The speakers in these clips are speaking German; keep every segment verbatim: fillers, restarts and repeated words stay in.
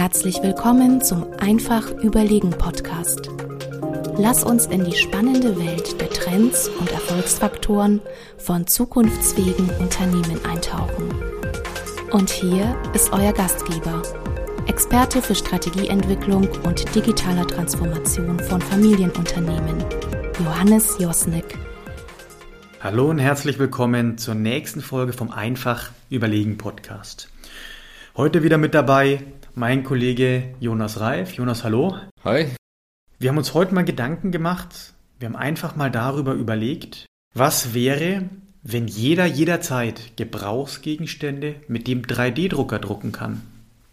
Herzlich willkommen zum Einfach Überlegen Podcast. Lass uns in die spannende Welt der Trends und Erfolgsfaktoren von zukunftsfähigen Unternehmen eintauchen. Und hier ist euer Gastgeber, Experte für Strategieentwicklung und digitaler Transformation von Familienunternehmen, Johannes Josnick. Hallo und herzlich willkommen zur nächsten Folge vom Einfach Überlegen Podcast. Heute wieder mit dabei mein Kollege Jonas Reif. Jonas, hallo. Hi. Wir haben uns heute mal Gedanken gemacht, wir haben einfach mal darüber überlegt, was wäre, wenn jeder jederzeit Gebrauchsgegenstände mit dem drei D-Drucker drucken kann.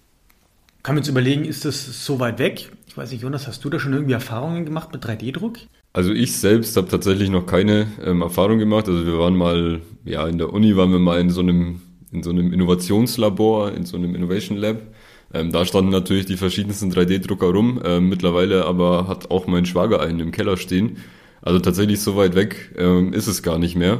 Kann man uns überlegen, ist das so weit weg? Ich weiß nicht, Jonas, hast du da schon irgendwie Erfahrungen gemacht mit drei D-Druck? Also ich selbst habe tatsächlich noch keine ähm, Erfahrung gemacht. Also wir waren mal, ja in der Uni waren wir mal in so einem, in so einem Innovationslabor, in so einem Innovation Lab. Ähm, da standen natürlich die verschiedensten drei D-Drucker rum. Ähm, mittlerweile aber hat auch mein Schwager einen im Keller stehen. Also tatsächlich so weit weg ähm, ist es gar nicht mehr.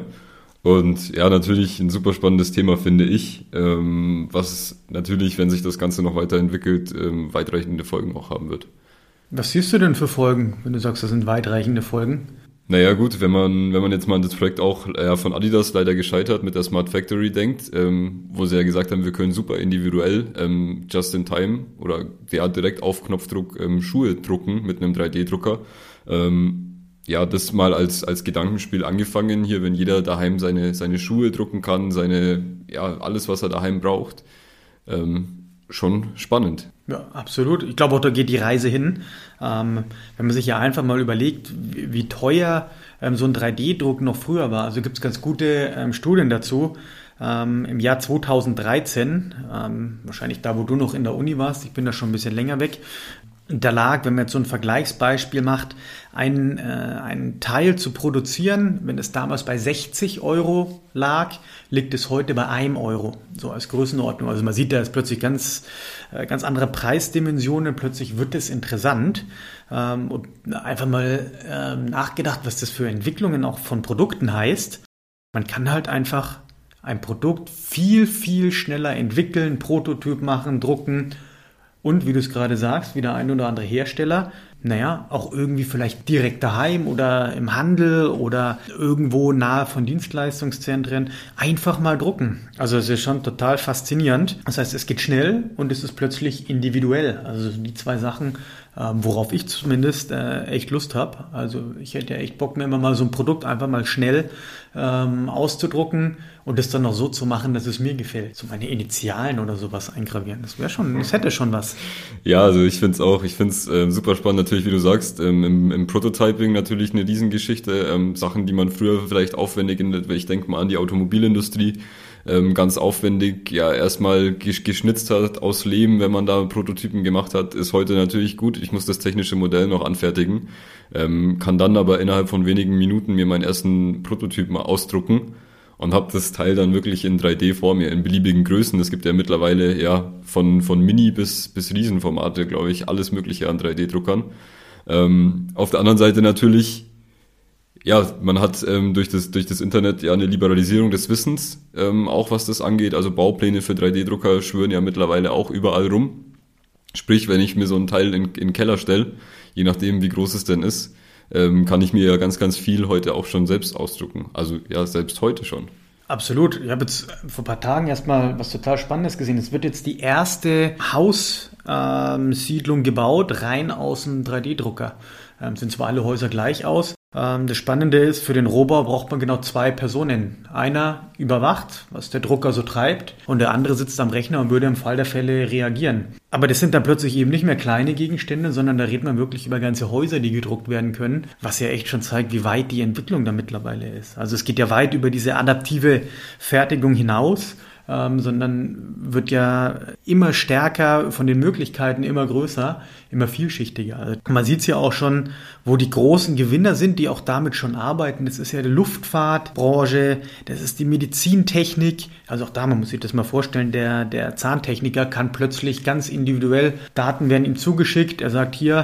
Und ja, natürlich ein super spannendes Thema, finde ich, ähm, was natürlich, wenn sich das Ganze noch weiterentwickelt, ähm, weitreichende Folgen auch haben wird. Was siehst du denn für Folgen, wenn du sagst, das sind weitreichende Folgen? Naja gut, wenn man wenn man jetzt mal an das Projekt auch äh, von Adidas leider gescheitert mit der Smart Factory denkt, ähm, wo sie ja gesagt haben, wir können super individuell ähm, just in time oder ja, direkt auf Knopfdruck ähm, Schuhe drucken mit einem drei D-Drucker. Ähm, ja, das mal als als Gedankenspiel angefangen hier, wenn jeder daheim seine seine Schuhe drucken kann, seine ja alles, was er daheim braucht. Ähm, schon spannend. Ja, absolut. Ich glaube auch, da geht die Reise hin. Ähm, wenn man sich ja einfach mal überlegt, wie, wie teuer ähm, so ein drei D-Druck noch früher war. Also gibt es ganz gute ähm, Studien dazu. Ähm, Im Jahr zweitausenddreizehn, ähm, wahrscheinlich da, wo du noch in der Uni warst, ich bin da schon ein bisschen länger weg, da lag, wenn man jetzt so ein Vergleichsbeispiel macht, ein, äh, ein Teil zu produzieren, wenn es damals bei sechzig Euro lag, liegt es heute bei einem Euro, so als Größenordnung. Also man sieht da jetzt plötzlich ganz, äh, ganz andere Preisdimensionen, plötzlich wird es interessant ähm, und einfach mal ähm, nachgedacht, was das für Entwicklungen auch von Produkten heißt. Man kann halt einfach ein Produkt viel, viel schneller entwickeln, Prototyp machen, drucken. Und wie du es gerade sagst, wie der ein oder andere Hersteller, naja, auch irgendwie vielleicht direkt daheim oder im Handel oder irgendwo nahe von Dienstleistungszentren einfach mal drucken. Also es ist schon total faszinierend. Das heißt, es geht schnell und es ist plötzlich individuell. Also die zwei Sachen, ähm, worauf ich zumindest äh, echt Lust habe. Also ich hätte ja echt Bock, mir immer mal so ein Produkt einfach mal schnell ähm, auszudrucken und das dann noch so zu machen, dass es mir gefällt. So meine Initialen oder sowas eingravieren. Das wäre schon, das hätte schon was. Ja, also ich finde es auch, ich finde es äh, super spannend, natürlich, wie du sagst, ähm, im, im Prototyping natürlich eine Riesengeschichte, ähm, Sachen, die man früher vielleicht aufwendig, in, ich denke mal an die Automobilindustrie, ähm, ganz aufwendig, ja, erstmal geschnitzt hat aus Lehm, wenn man da Prototypen gemacht hat, ist heute natürlich gut. Ich muss das technische Modell noch anfertigen, ähm, kann dann aber innerhalb von wenigen Minuten mir meinen ersten Prototyp mal ausdrucken und habe das Teil dann wirklich in drei D vor mir, in beliebigen Größen. Es gibt ja mittlerweile ja von von Mini bis bis Riesenformate, glaube ich, alles mögliche an drei D-Druckern. Ähm, auf der anderen Seite natürlich, ja, man hat ähm, durch das durch das Internet ja eine Liberalisierung des Wissens, ähm, auch was das angeht. Also Baupläne für drei D-Drucker schwören ja mittlerweile auch überall rum. Sprich, wenn ich mir so ein Teil in, in den Keller stelle, je nachdem wie groß es denn ist, ähm, kann ich mir ja ganz, ganz viel heute auch schon selbst ausdrucken. Also ja, selbst heute schon. Absolut. Ich habe jetzt vor ein paar Tagen erstmal was total Spannendes gesehen. Es wird jetzt die erste Haussiedlung ähm, gebaut, rein aus dem drei D-Drucker. Ähm, sind zwar alle Häuser gleich aus. Ähm, das Spannende ist, für den Rohbau braucht man genau zwei Personen. Einer überwacht, was der Drucker so treibt, und der andere sitzt am Rechner und würde im Fall der Fälle reagieren. Aber das sind dann plötzlich eben nicht mehr kleine Gegenstände, sondern da redet man wirklich über ganze Häuser, die gedruckt werden können, was ja echt schon zeigt, wie weit die Entwicklung da mittlerweile ist. Also es geht ja weit über diese adaptive Fertigung hinaus, ähm, sondern wird ja immer stärker von den Möglichkeiten, immer größer, immer vielschichtiger. Also man sieht es ja auch schon, wo die großen Gewinner sind, die auch damit schon arbeiten. Das ist ja die Luftfahrtbranche, das ist die Medizintechnik. Also auch da, man muss sich das mal vorstellen, der, der Zahntechniker kann plötzlich ganz individuell, Daten werden ihm zugeschickt, er sagt hier,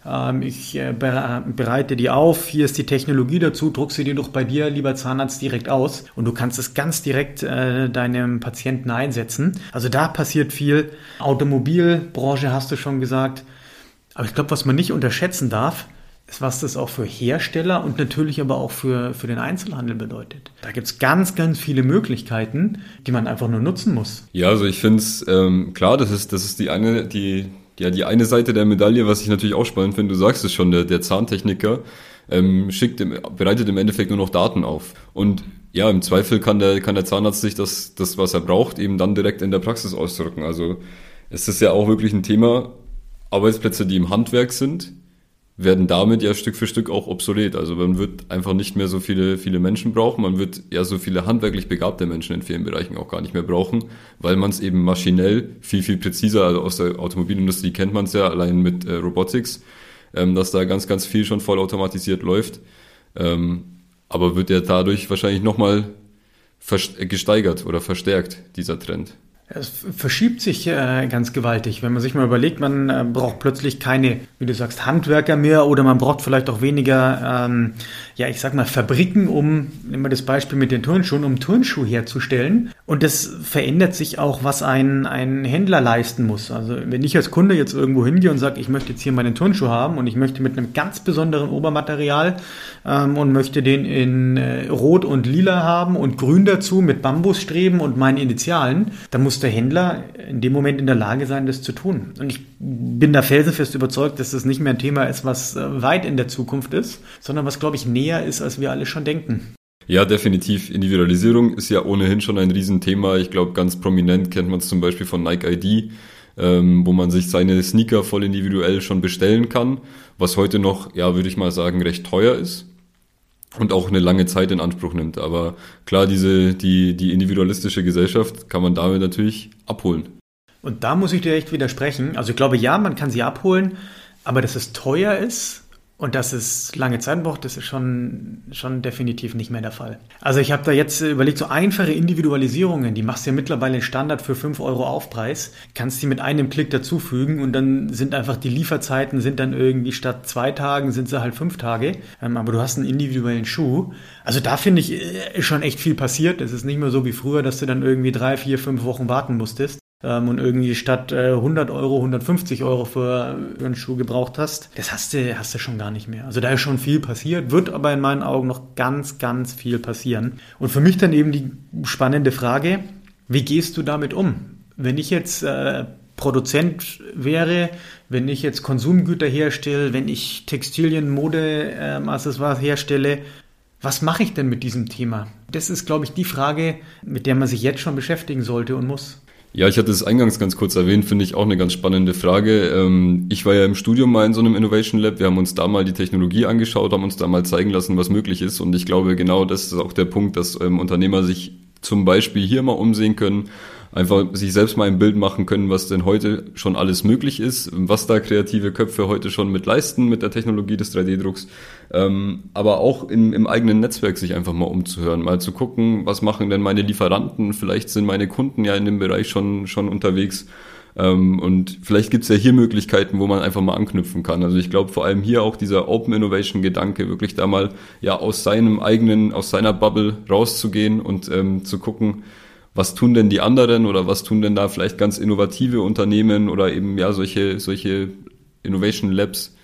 ähm, ich äh, bereite die auf, hier ist die Technologie dazu, druck sie dir doch bei dir, lieber Zahnarzt, direkt aus und du kannst es ganz direkt äh, deinem Patienten einsetzen. Also da passiert viel. Automobilbranche hast du schon gesagt. Aber ich glaube, was man nicht unterschätzen darf, ist, was das auch für Hersteller und natürlich aber auch für, für den Einzelhandel bedeutet. Da gibt es ganz, ganz viele Möglichkeiten, die man einfach nur nutzen muss. Ja, also ich finde es, ähm, klar, das ist, das ist die eine, die, ja, die eine Seite der Medaille, was ich natürlich auch spannend finde, du sagst es schon, der, der Zahntechniker ähm, schickt, im, bereitet im Endeffekt nur noch Daten auf. Und ja, im Zweifel kann der, kann der Zahnarzt sich das, das, was er braucht, eben dann direkt in der Praxis ausdrücken. Also es ist ja auch wirklich ein Thema, Arbeitsplätze, die im Handwerk sind, werden damit ja Stück für Stück auch obsolet. Also man wird einfach nicht mehr so viele, viele Menschen brauchen. Man wird ja so viele handwerklich begabte Menschen in vielen Bereichen auch gar nicht mehr brauchen, weil man es eben maschinell viel, viel präziser, also aus der Automobilindustrie kennt man es ja, allein mit äh, Robotics, ähm, dass da ganz, ganz viel schon vollautomatisiert läuft. Ähm, aber wird ja dadurch wahrscheinlich nochmal vers- gesteigert oder verstärkt, dieser Trend. Es verschiebt sich äh, ganz gewaltig, wenn man sich mal überlegt, man äh, braucht plötzlich keine, wie du sagst, Handwerker mehr oder man braucht vielleicht auch weniger, ähm, ja, ich sag mal, Fabriken, um, nehmen wir das Beispiel mit den Turnschuhen, um Turnschuhe herzustellen. Und das verändert sich auch, was ein, ein Händler leisten muss. Also wenn ich als Kunde jetzt irgendwo hingehe und sage, ich möchte jetzt hier meinen Turnschuh haben und ich möchte mit einem ganz besonderen Obermaterial ähm, und möchte den in äh, Rot und Lila haben und Grün dazu mit Bambusstreben und meinen Initialen, dann muss der Händler in dem Moment in der Lage sein, das zu tun. Und ich bin da felsenfest überzeugt, dass das nicht mehr ein Thema ist, was weit in der Zukunft ist, sondern was, glaube ich, näher ist, als wir alle schon denken. Ja, definitiv. Individualisierung ist ja ohnehin schon ein Riesenthema. Ich glaube, ganz prominent kennt man es zum Beispiel von Nike I D, ähm, wo man sich seine Sneaker voll individuell schon bestellen kann, was heute noch, ja, würde ich mal sagen, recht teuer ist. Und auch eine lange Zeit in Anspruch nimmt. Aber klar, diese, die, die individualistische Gesellschaft kann man damit natürlich abholen. Und da muss ich dir echt widersprechen. Also ich glaube, ja, man kann sie abholen, aber dass es teuer ist und dass es lange Zeit braucht, das ist schon, schon definitiv nicht mehr der Fall. Also ich habe da jetzt überlegt, so einfache Individualisierungen, die machst du ja mittlerweile Standard für fünf Euro Aufpreis, kannst die mit einem Klick dazufügen und dann sind einfach die Lieferzeiten sind dann irgendwie statt zwei Tagen sind sie halt fünf Tage, ähm, aber du hast einen individuellen Schuh. Also da finde ich, ist schon echt viel passiert. Es ist nicht mehr so wie früher, dass du dann irgendwie drei, vier, fünf Wochen warten musstest. Und irgendwie statt äh, hundert Euro, hundertfünfzig Euro für, für einen Schuh gebraucht hast, das hast du, hast du schon gar nicht mehr. Also da ist schon viel passiert, wird aber in meinen Augen noch ganz, ganz viel passieren. Und für mich dann eben die spannende Frage, wie gehst du damit um? Wenn ich jetzt äh, Produzent wäre, wenn ich jetzt Konsumgüter herstelle, wenn ich Textilien, Mode, äh, Accessoires herstelle, was mache ich denn mit diesem Thema? Das ist, glaube ich, die Frage, mit der man sich jetzt schon beschäftigen sollte und muss. Ja, ich hatte es eingangs ganz kurz erwähnt, finde ich auch eine ganz spannende Frage. Ich war ja im Studium mal in so einem Innovation Lab, wir haben uns da mal die Technologie angeschaut, haben uns da mal zeigen lassen, was möglich ist und ich glaube genau das ist auch der Punkt, dass Unternehmer sich zum Beispiel hier mal umsehen können, einfach sich selbst mal ein Bild machen können, was denn heute schon alles möglich ist, was da kreative Köpfe heute schon mit leisten mit der Technologie des drei D Drucks, ähm, aber auch in, im eigenen Netzwerk sich einfach mal umzuhören, mal zu gucken, was machen denn meine Lieferanten, vielleicht sind meine Kunden ja in dem Bereich schon schon unterwegs ähm, und vielleicht gibt's ja hier Möglichkeiten, wo man einfach mal anknüpfen kann. Also ich glaube vor allem hier auch dieser Open Innovation Gedanke, wirklich da mal ja aus seinem eigenen, aus seiner Bubble rauszugehen und ähm, zu gucken, was tun denn die anderen oder was tun denn da vielleicht ganz innovative Unternehmen oder eben ja solche solche Innovation Labs,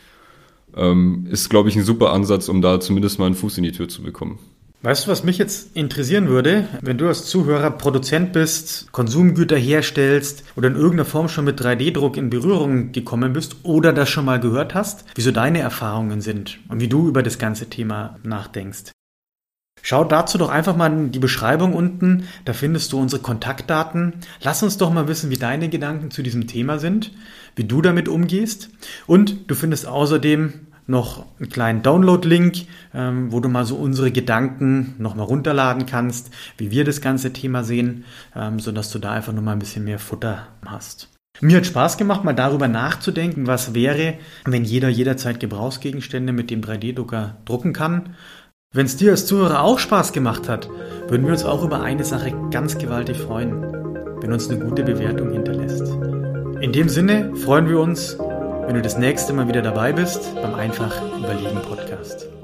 ähm, ist, glaube ich, ein super Ansatz, um da zumindest mal einen Fuß in die Tür zu bekommen. Weißt du, was mich jetzt interessieren würde, wenn du als Zuhörer Produzent bist, Konsumgüter herstellst oder in irgendeiner Form schon mit drei D Druck in Berührung gekommen bist oder das schon mal gehört hast, wieso deine Erfahrungen sind und wie du über das ganze Thema nachdenkst. Schau dazu doch einfach mal in die Beschreibung unten, da findest du unsere Kontaktdaten. Lass uns doch mal wissen, wie deine Gedanken zu diesem Thema sind, wie du damit umgehst. Und du findest außerdem noch einen kleinen Download-Link, ähm, wo du mal so unsere Gedanken nochmal runterladen kannst, wie wir das ganze Thema sehen, ähm, sodass du da einfach nochmal ein bisschen mehr Futter hast. Mir hat Spaß gemacht, mal darüber nachzudenken, was wäre, wenn jeder jederzeit Gebrauchsgegenstände mit dem drei D Drucker drucken kann. Wenn es dir als Zuhörer auch Spaß gemacht hat, würden wir uns auch über eine Sache ganz gewaltig freuen, wenn uns eine gute Bewertung hinterlässt. In dem Sinne freuen wir uns, wenn du das nächste Mal wieder dabei bist beim Einfach Überlegen Podcast.